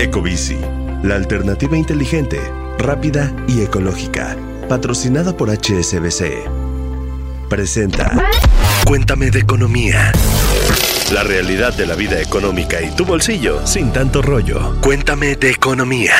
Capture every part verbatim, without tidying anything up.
Ecobici, la alternativa inteligente, rápida y ecológica. Patrocinada por H S B C. Presenta Cuéntame de Economía. La realidad de la vida económica y tu bolsillo sin tanto rollo. Cuéntame de Economía.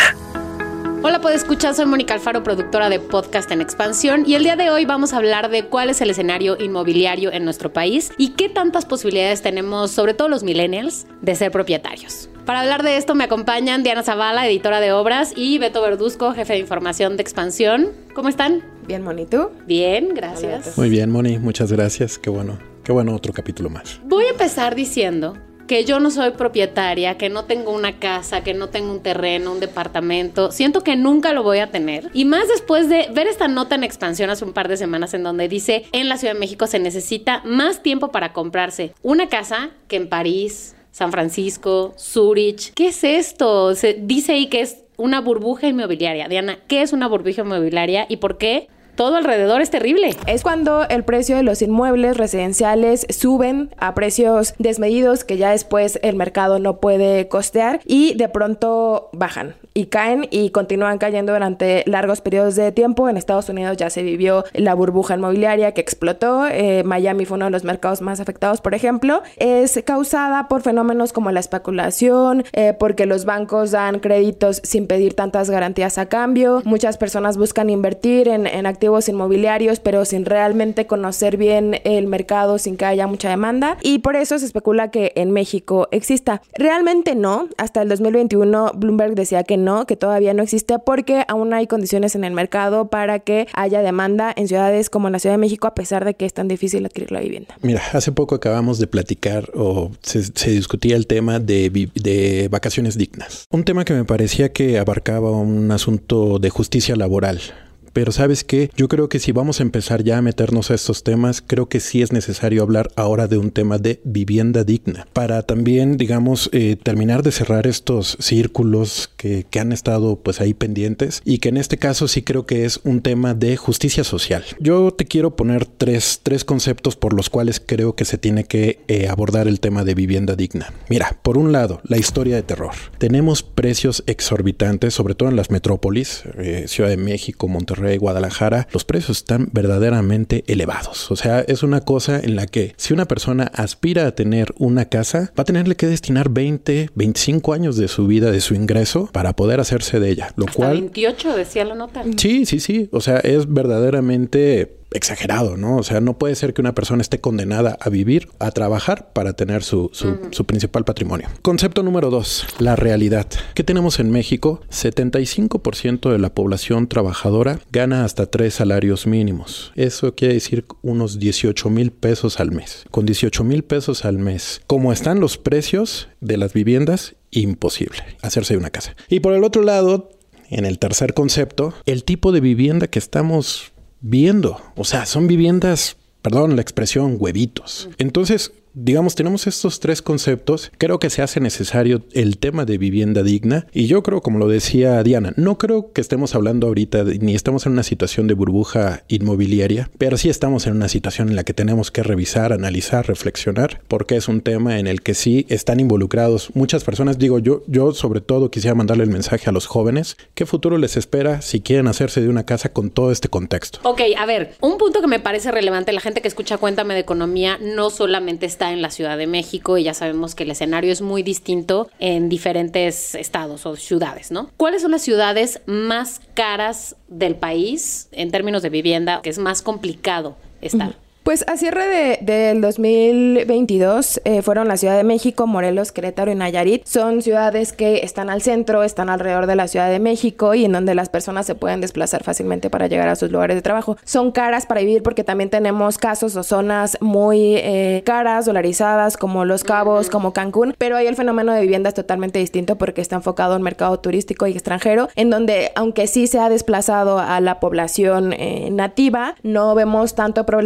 Hola, podescuchar, soy Mónica Alfaro, productora de Podcast en Expansión, y el día de hoy vamos a hablar de cuál es el escenario inmobiliario en nuestro país y qué tantas posibilidades tenemos, sobre todo los millennials, de ser propietarios. Para hablar de esto me acompañan Diana Zavala, editora de obras, y Beto Verduzco, jefe de información de Expansión. ¿Cómo están? Bien, Moni, ¿tú? Bien, gracias. Muy bien, Moni, muchas gracias. Qué bueno, qué bueno otro capítulo más. Voy a empezar diciendo que yo no soy propietaria, que no tengo una casa, que no tengo un terreno, un departamento. Siento que nunca lo voy a tener. Y más después de ver esta nota en Expansión hace un par de semanas en donde dice, en la Ciudad de México se necesita más tiempo para comprarse una casa que en París, San Francisco, Zúrich. ¿Qué es esto? Se dice ahí que es una burbuja inmobiliaria. Diana, ¿qué es una burbuja inmobiliaria y por qué todo alrededor es terrible? Es cuando el precio de los inmuebles residenciales suben a precios desmedidos que ya después el mercado no puede costear y de pronto bajan y caen y continúan cayendo durante largos periodos de tiempo. En Estados Unidos ya se vivió la burbuja inmobiliaria que explotó. Eh, Miami fue uno de los mercados más afectados, por ejemplo. Es causada por fenómenos como la especulación, eh, porque los bancos dan créditos sin pedir tantas garantías a cambio. Muchas personas buscan invertir en, en activos inmobiliarios, pero sin realmente conocer bien el mercado, sin que haya mucha demanda. Y por eso se especula que en México exista. Realmente no. Hasta el dos mil veintiuno, Bloomberg decía que no, que todavía no existe porque aún hay condiciones en el mercado para que haya demanda en ciudades como la Ciudad de México, a pesar de que es tan difícil adquirir la vivienda. Mira, hace poco acabamos de platicar o se, se discutía el tema de, de vacaciones dignas. Un tema que me parecía que abarcaba un asunto de justicia laboral. Pero ¿sabes qué? Yo creo que si vamos a empezar ya a meternos a estos temas, creo que sí es necesario hablar ahora de un tema de vivienda digna. Para también, digamos, eh, terminar de cerrar estos círculos que, que han estado pues ahí pendientes y que en este caso sí creo que es un tema de justicia social. Yo te quiero poner tres, tres conceptos por los cuales creo que se tiene que eh, abordar el tema de vivienda digna. Mira, por un lado, la historia de terror. Tenemos precios exorbitantes, sobre todo en las metrópolis, eh, Ciudad de México, Monterrey, Guadalajara. Los precios están verdaderamente elevados. O sea, es una cosa en la que si una persona aspira a tener una casa, va a tenerle que destinar veinte, veinticinco años de su vida, de su ingreso, para poder hacerse de ella. Lo Hasta cual... veintiocho decía la nota. Sí, sí, sí. O sea, es verdaderamente exagerado, ¿no? O sea, no puede ser que una persona esté condenada a vivir, a trabajar para tener su, su, uh-huh. su principal patrimonio. Concepto número dos, la realidad. ¿Qué tenemos en México? setenta y cinco por ciento de la población trabajadora gana hasta tres salarios mínimos. Eso quiere decir unos dieciocho mil pesos al mes. Con dieciocho mil pesos al mes, como están los precios de las viviendas, imposible hacerse de una casa. Y por el otro lado, en el tercer concepto, el tipo de vivienda que estamos viendo. O sea, son viviendas, perdón la expresión, huevitos. Entonces, digamos, tenemos estos tres conceptos. Creo que se hace necesario el tema de vivienda digna. Y yo creo, como lo decía Diana, no creo que estemos hablando ahorita de, ni estamos en una situación de burbuja inmobiliaria, pero sí estamos en una situación en la que tenemos que revisar, analizar, reflexionar, porque es un tema en el que sí están involucrados muchas personas. Digo, yo, yo sobre todo quisiera mandarle el mensaje a los jóvenes. ¿Qué futuro les espera si quieren hacerse de una casa con todo este contexto? Ok, a ver, un punto que me parece relevante, la gente que escucha Cuéntame de Economía no solamente está en la Ciudad de México y ya sabemos que el escenario es muy distinto en diferentes estados o ciudades, ¿no? ¿Cuáles son las ciudades más caras del país en términos de vivienda, que es más complicado estar? Uh-huh. Pues a cierre de, del dos mil veintidós eh, fueron la Ciudad de México, Morelos, Querétaro y Nayarit. Son ciudades que están al centro, están alrededor de la Ciudad de México y en donde las personas se pueden desplazar fácilmente para llegar a sus lugares de trabajo. Son caras para vivir porque también tenemos casos o zonas muy eh, caras, dolarizadas, como Los Cabos, uh-huh. como Cancún, pero ahí el fenómeno de vivienda es totalmente distinto porque está enfocado en mercado turístico y extranjero, en donde aunque sí se ha desplazado a la población eh, nativa, no vemos tanto problema por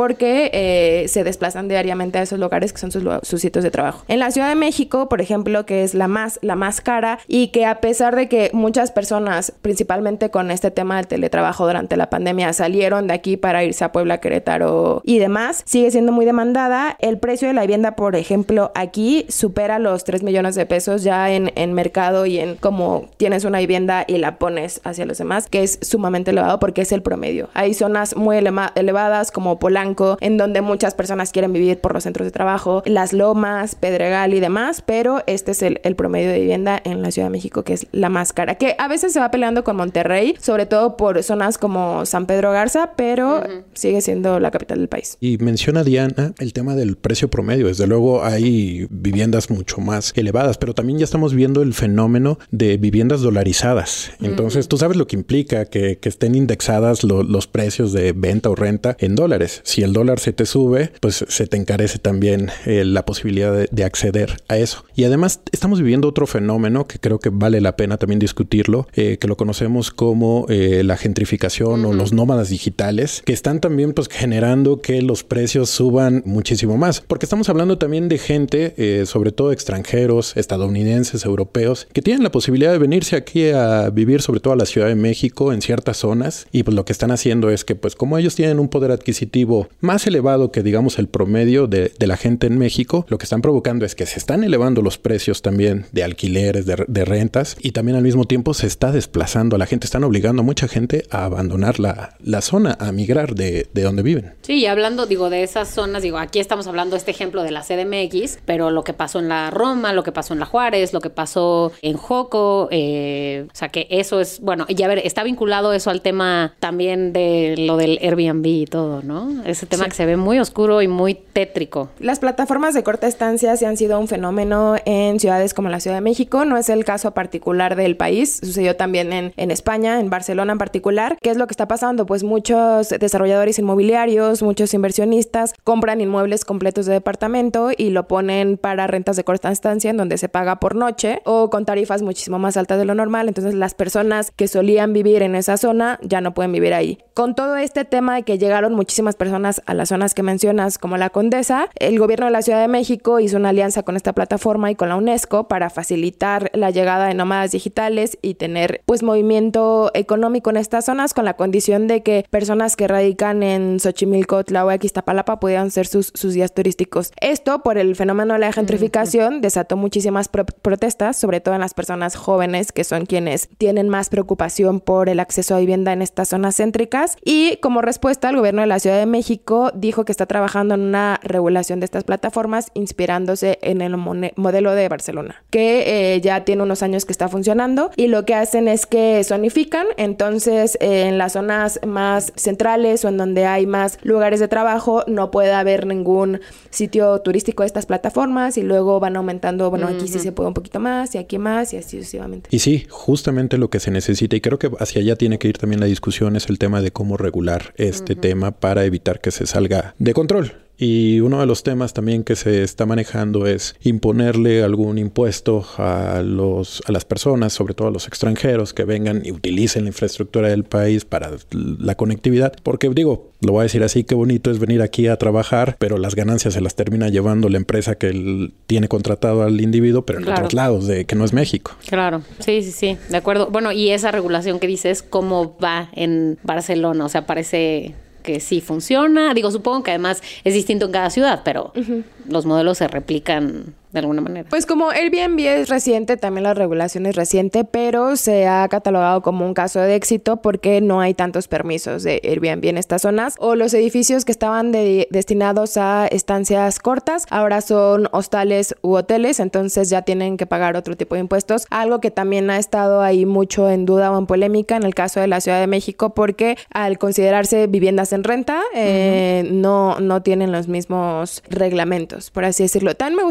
porque eh, se desplazan diariamente a esos lugares que son sus, sus sitios de trabajo. En la Ciudad de México, por ejemplo, que es la más, la más cara y que a pesar de que muchas personas, principalmente con este tema del teletrabajo durante la pandemia, salieron de aquí para irse a Puebla, Querétaro y demás, sigue siendo muy demandada. El precio de la vivienda, por ejemplo, aquí supera los tres millones de pesos ya en, en mercado y en cómo tienes una vivienda y la pones hacia los demás, que es sumamente elevado porque es el promedio. Hay zonas muy eleva- elevadas como Polanco, en donde muchas personas quieren vivir por los centros de trabajo, Las Lomas, Pedregal y demás, pero este es el, el promedio de vivienda en la Ciudad de México, que es la más cara, que a veces se va peleando con Monterrey, sobre todo por zonas como San Pedro Garza, pero uh-huh. sigue siendo la capital del país. Y menciona Diana el tema del precio promedio. Desde luego hay viviendas mucho más elevadas, pero también ya estamos viendo el fenómeno de viviendas dolarizadas. Entonces, uh-huh. tú sabes lo que implica que, que estén indexadas lo, los precios de venta o renta en dólares. Si el dólar se te sube, pues se te encarece también eh, la posibilidad de, de acceder a eso. Y además estamos viviendo otro fenómeno que creo que vale la pena también discutirlo, eh, que lo conocemos como eh, la gentrificación uh-huh. o los nómadas digitales, que están también pues generando que los precios suban muchísimo más. Porque estamos hablando también de gente, eh, sobre todo extranjeros, estadounidenses, europeos, que tienen la posibilidad de venirse aquí a vivir, sobre todo a la Ciudad de México, en ciertas zonas, y pues lo que están haciendo es que pues como ellos tienen un poder adquisitivo más elevado que digamos el promedio de, de la gente en México, lo que están provocando es que se están elevando los precios también de alquileres, de, de rentas, y también al mismo tiempo se está desplazando a la gente, están obligando a mucha gente a abandonar la, la zona, a migrar de, de donde viven. Sí, y hablando, digo, de esas zonas, digo, aquí estamos hablando de este ejemplo de la C D M X, pero lo que pasó en la Roma, lo que pasó en la Juárez, lo que pasó en Joco, eh, o sea que eso es, bueno, y a ver, está vinculado eso al tema también de lo del Airbnb y todo, ¿no? Ese tema sí. que se ve muy oscuro y muy tétrico. Las plataformas de corta estancia sí han sido un fenómeno en ciudades como la Ciudad de México, no es el caso particular del país, sucedió también en, en España, en Barcelona en particular. ¿Qué es lo que está pasando? Pues muchos desarrolladores inmobiliarios, muchos inversionistas compran inmuebles completos de departamento y lo ponen para rentas de corta estancia en donde se paga por noche o con tarifas muchísimo más altas de lo normal. Entonces las personas que solían vivir en esa zona ya no pueden vivir ahí. Con todo este tema de que llegaron muchísimas personas a las zonas que mencionas como la Condesa, el gobierno de la Ciudad de México hizo una alianza con esta plataforma y con la UNESCO para facilitar la llegada de nómadas digitales y tener pues movimiento económico en estas zonas, con la condición de que personas que radican en Xochimilco, Tláhuac y Iztapalapa pudieran ser sus, sus guías turísticos. Esto, por el fenómeno de la gentrificación, mm-hmm. desató muchísimas pro- protestas, sobre todo en las personas jóvenes, que son quienes tienen más preocupación por el acceso a vivienda en estas zonas céntricas. Y como respuesta, el gobierno de la Ciudad de México dijo que está trabajando en una regulación de estas plataformas inspirándose en el mon- modelo de Barcelona, que eh, ya tiene unos años que está funcionando, y lo que hacen es que zonifican. Entonces eh, en las zonas más centrales o en donde hay más lugares de trabajo no puede haber ningún sitio turístico de estas plataformas, y luego van aumentando, bueno, uh-huh. aquí sí se puede un poquito más y aquí más y así sucesivamente. Y sí, justamente lo que se necesita, y creo que hacia allá tiene que ir también la discusión, es el tema de cómo regular este uh-huh. tema para evitar que se salga de control. Y uno de los temas también que se está manejando es imponerle algún impuesto a los a las personas, sobre todo a los extranjeros, que vengan y utilicen la infraestructura del país para la conectividad. Porque digo, lo voy a decir así, qué bonito es venir aquí a trabajar, pero las ganancias se las termina llevando la empresa que él tiene contratado al individuo, pero en claro. otros lados, de que no es México. Claro, sí, sí, sí, de acuerdo. Bueno, y esa regulación que dices, ¿cómo va en Barcelona? O sea, parece que sí funciona. Digo, supongo que además es distinto en cada ciudad, pero uh-huh. los modelos se replican de alguna manera. Pues como Airbnb es reciente, también la regulación es reciente, pero se ha catalogado como un caso de éxito porque no hay tantos permisos de Airbnb en estas zonas, o los edificios que estaban de, destinados a estancias cortas ahora son hostales u hoteles, entonces ya tienen que pagar otro tipo de impuestos, algo que también ha estado ahí mucho en duda o en polémica en el caso de la Ciudad de México, porque al considerarse viviendas en renta eh, uh-huh. no, no tienen los mismos reglamentos, por así decirlo. También me gustaría agregar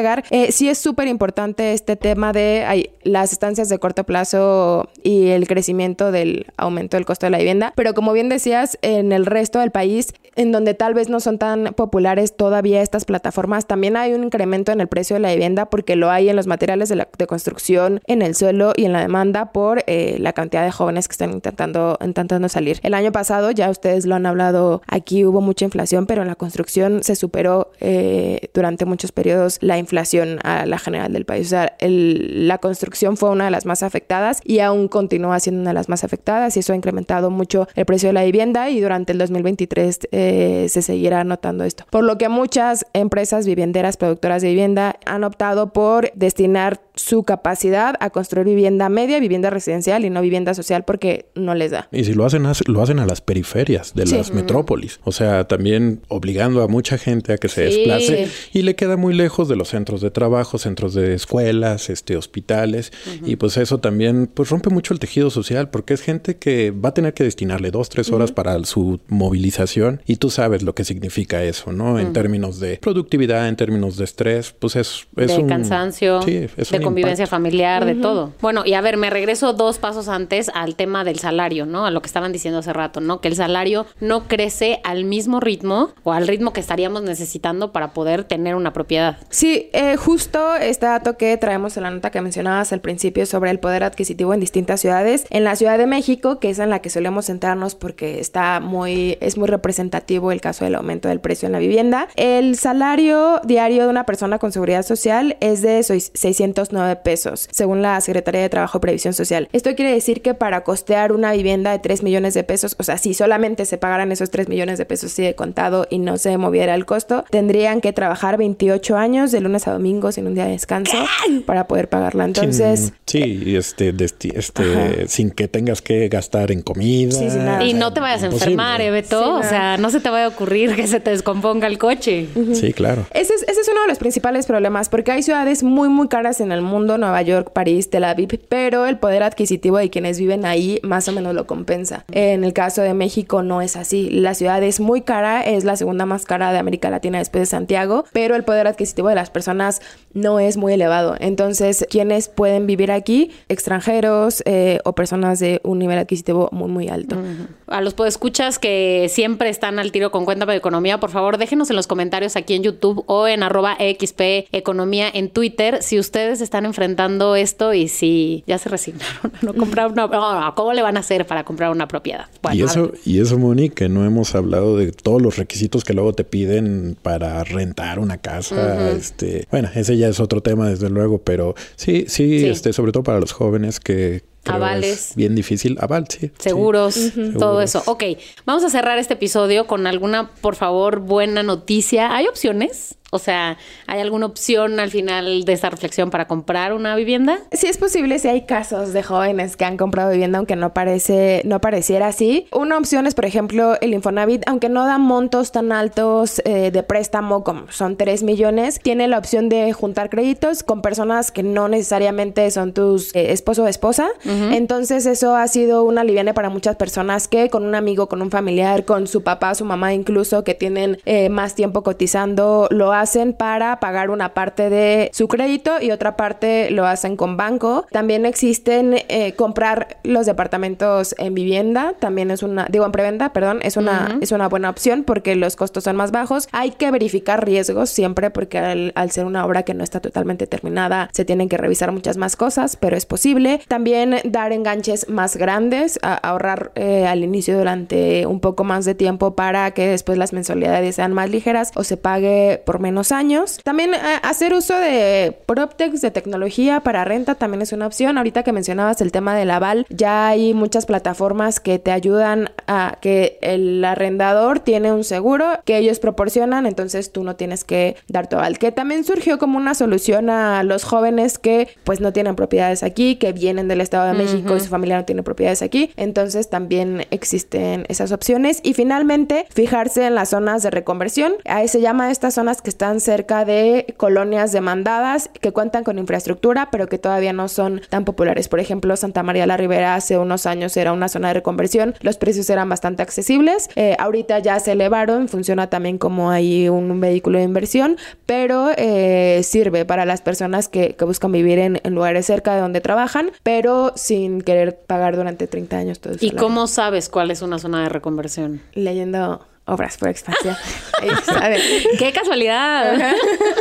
llegar. Eh, sí es súper importante este tema de ay, las estancias de corto plazo y el crecimiento del aumento del costo de la vivienda, pero como bien decías, en el resto del país, en donde tal vez no son tan populares todavía estas plataformas, también hay un incremento en el precio de la vivienda porque lo hay en los materiales de, la, de construcción, en el suelo y en la demanda por eh, la cantidad de jóvenes que están intentando, intentando salir. El año pasado, ya ustedes lo han hablado aquí, hubo mucha inflación, pero en la construcción se superó eh, durante muchos periodos la inflación a la general del país. O sea, el, la construcción fue una de las más afectadas y aún continúa siendo una de las más afectadas y eso ha incrementado mucho el precio de la vivienda y durante el dos mil veintitrés eh, se seguirá notando esto. Por lo que muchas empresas vivienderas, productoras de vivienda han optado por destinar su capacidad a construir vivienda media, vivienda residencial y no vivienda social porque no les da. Y si lo hacen, lo hacen a las periferias de sí. las metrópolis. O sea, también obligando a mucha gente a que se sí. desplace y le queda muy lejos de los centros de trabajo, centros de escuelas, este, hospitales. Uh-huh. Y pues eso también pues rompe mucho el tejido social porque es gente que va a tener que destinarle dos, tres horas uh-huh. para su movilización y tú sabes lo que significa eso, ¿no? En uh-huh. términos de productividad, en términos de estrés, pues es, es de un... cansancio, sí, es de un convivencia impacto. familiar, uh-huh. de todo. Bueno, y a ver, me regreso dos pasos antes al tema del salario, ¿no? A lo que estaban diciendo hace rato, ¿no? Que el salario no crece al mismo ritmo o al ritmo que estaríamos necesitando para poder tener una propiedad. Sí, eh, justo este dato que traemos en la nota que mencionabas al principio sobre el poder adquisitivo en distintas ciudades. En la Ciudad de México, que es en la que solemos centrarnos porque está muy, es muy representativo el caso del aumento del precio en la vivienda, el salario diario de una persona con seguridad social es de seiscientos nueve pesos, según la Secretaría de Trabajo y Previsión Social. Esto quiere decir que para costear una vivienda de tres millones de pesos, o sea, si solamente se pagaran esos tres millones de pesos así de contado y no se moviera el costo, tendrían que trabajar veintiocho años de lunes a domingo sin un día de descanso ¿Qué? para poder pagarla. Entonces... Sí, sí este, este, este sin que tengas que gastar en comida. Sí, sin nada. Y no te vayas a enfermar, ¿eh, Beto? Sí, o sea, no se te vaya a ocurrir que se te descomponga el coche. Uh-huh. Sí, claro. Ese es, ese es uno de los principales problemas porque hay ciudades muy, muy caras en el mundo, Nueva York, París, Tel Aviv, pero el poder adquisitivo de quienes viven ahí más o menos lo compensa. En el caso de México no es así. La ciudad es muy cara, es la segunda más cara de América Latina después de Santiago, pero el poder adquisitivo de las personas no es muy elevado. Entonces, ¿quiénes pueden vivir aquí? Extranjeros eh, o personas de un nivel adquisitivo muy, muy alto. Uh-huh. A los podescuchas que siempre están al tiro con Cuéntame de Economía, por favor, déjenos en los comentarios aquí en YouTube o en arroba X P Economía en Twitter si ustedes están enfrentando esto y si ya se resignaron a no comprar una... No, ¿cómo le van a hacer para comprar una propiedad? Bueno, y eso, y eso, Moni, que no hemos hablado de todos los requisitos que luego te piden para rentar una casa. Uh-huh. Este, bueno, ese ya es otro tema, desde luego, pero sí, sí, sí. este, sobre todo para los jóvenes que avales. Es bien difícil. Aval, sí. Seguros, sí. Uh-huh. Seguros. Todo eso. Ok, vamos a cerrar este episodio con alguna, por favor, buena noticia. ¿Hay opciones? O sea, ¿hay alguna opción al final de esta reflexión para comprar una vivienda? Sí es posible, si hay casos de jóvenes que han comprado vivienda, aunque no parece, no pareciera así. Una opción es, por ejemplo, el Infonavit, aunque no da montos tan altos eh, de préstamo como son tres millones, tiene la opción de juntar créditos con personas que no necesariamente son tus eh, esposo o esposa. Uh-huh. Entonces eso ha sido un aliviane para muchas personas que con un amigo, con un familiar, con su papá, su mamá incluso, que tienen eh, más tiempo cotizando, lo hacen para pagar una parte de su crédito y otra parte lo hacen con banco. También existen eh, comprar los departamentos en vivienda, también es una, digo en preventa, perdón, es una, uh-huh. es una buena opción porque los costos son más bajos. Hay que verificar riesgos siempre porque al, al ser una obra que no está totalmente terminada, se tienen que revisar muchas más cosas, pero es posible. También dar enganches más grandes, a, ahorrar eh, al inicio durante un poco más de tiempo para que después las mensualidades sean más ligeras o se pague por menos años. También eh, hacer uso de PropTechs, de tecnología para renta también es una opción. Ahorita que mencionabas el tema del aval, ya hay muchas plataformas que te ayudan a que el arrendador tiene un seguro que ellos proporcionan, entonces tú no tienes que dar tu aval, que también surgió como una solución a los jóvenes que pues no tienen propiedades aquí, que vienen del Estado de de México uh-huh. y su familia no tiene propiedades aquí. Entonces también existen esas opciones. Y finalmente, fijarse en las zonas de reconversión. Ahí se llama estas zonas que están cerca de colonias demandadas, que cuentan con infraestructura, pero que todavía no son tan populares. Por ejemplo, Santa María la Ribera hace unos años era una zona de reconversión. Los precios eran bastante accesibles. Eh, ahorita ya se elevaron. Funciona también como ahí un vehículo de inversión, pero eh, sirve para las personas que, que buscan vivir en, en lugares cerca de donde trabajan, pero sin querer pagar durante treinta años todo el salario. ¿Y cómo sabes cuál es una zona de reconversión? Leyendo Obras por Expansión. ¡Qué casualidad!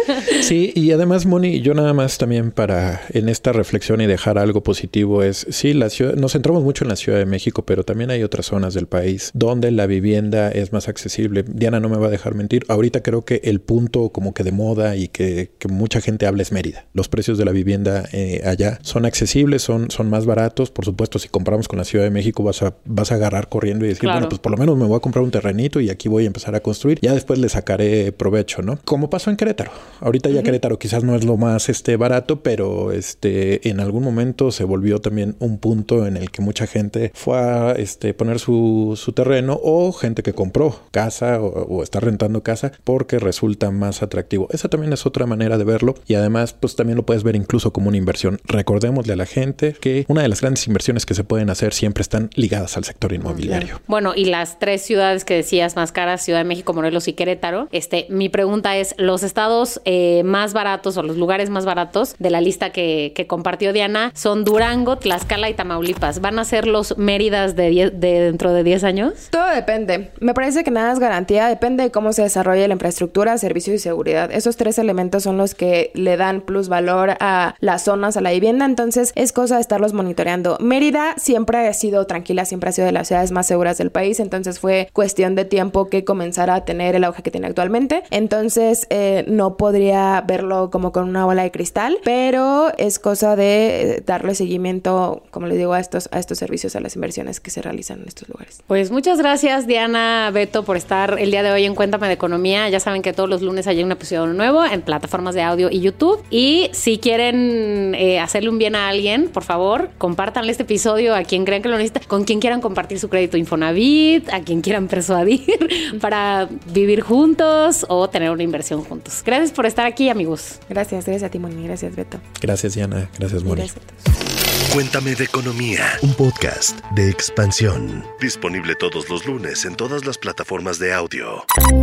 Sí, y además, Moni, yo nada más también para en esta reflexión y dejar algo positivo es, sí, la ciudad, nos centramos mucho en la Ciudad de México, pero también hay otras zonas del país donde la vivienda es más accesible. Diana no me va a dejar mentir. Ahorita creo que el punto como que de moda y que, que mucha gente habla es Mérida. Los precios de la vivienda eh, allá son accesibles, son, son más baratos. Por supuesto, si compramos con la Ciudad de México vas a, vas a agarrar corriendo y decir, claro, bueno, pues por lo menos me voy a comprar un terrenito y aquí voy a empezar a construir. Ya después le sacaré provecho, ¿no? Como pasó en Querétaro. Ahorita ya uh-huh. Querétaro quizás no es lo más este, barato, pero este, en algún momento se volvió también un punto en el que mucha gente fue a este, poner su, su terreno o gente que compró casa o, o está rentando casa porque resulta más atractivo. Esa también es otra manera de verlo y además pues también lo puedes ver incluso como una inversión. Recordémosle a la gente que una de las grandes inversiones que se pueden hacer siempre están ligadas al sector inmobiliario. Uh-huh. Bueno, y las tres ciudades que decías más caras, Ciudad de México, Morelos y Querétaro. Este, mi pregunta es, los estados eh, más baratos o los lugares más baratos de la lista que, que compartió Diana son Durango, Tlaxcala y Tamaulipas. ¿Van a ser los Méridas de, die- de dentro de diez años? Todo depende. Me parece que nada es garantía. Depende de cómo se desarrolle la infraestructura, servicios y seguridad. Esos tres elementos son los que le dan plusvalor a las zonas, a la vivienda. Entonces, es cosa de estarlos monitoreando. Mérida siempre ha sido tranquila, siempre ha sido de las ciudades más seguras del país. Entonces, fue cuestión de tiempo que comenzara a tener el auge que tiene actualmente. Entonces, eh, no podría verlo como con una bola de cristal, pero es cosa de darle seguimiento, como les digo, a estos, a estos servicios, a las inversiones que se realizan en estos lugares. Pues muchas gracias, Diana, Beto, por estar el día de hoy en Cuéntame de Economía. Ya saben que todos los lunes hay un episodio nuevo en plataformas de audio y YouTube. Y si quieren eh, hacerle un bien a alguien, por favor, compártanle este episodio a quien crean que lo necesita, con quien quieran compartir su crédito Infonavit, a quien quieran persuadir para vivir juntos o tener una inversión juntos. Gracias por estar aquí, amigos. Gracias, gracias a ti, Moni. Gracias, Beto. Gracias, Diana. Gracias, Moni. Gracias a todos. Cuéntame de Economía, un podcast de Expansión. Disponible todos los lunes en todas las plataformas de audio.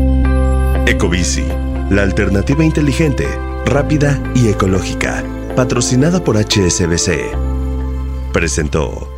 Ecobici, la alternativa inteligente, rápida y ecológica. Patrocinada por H S B C. Presentó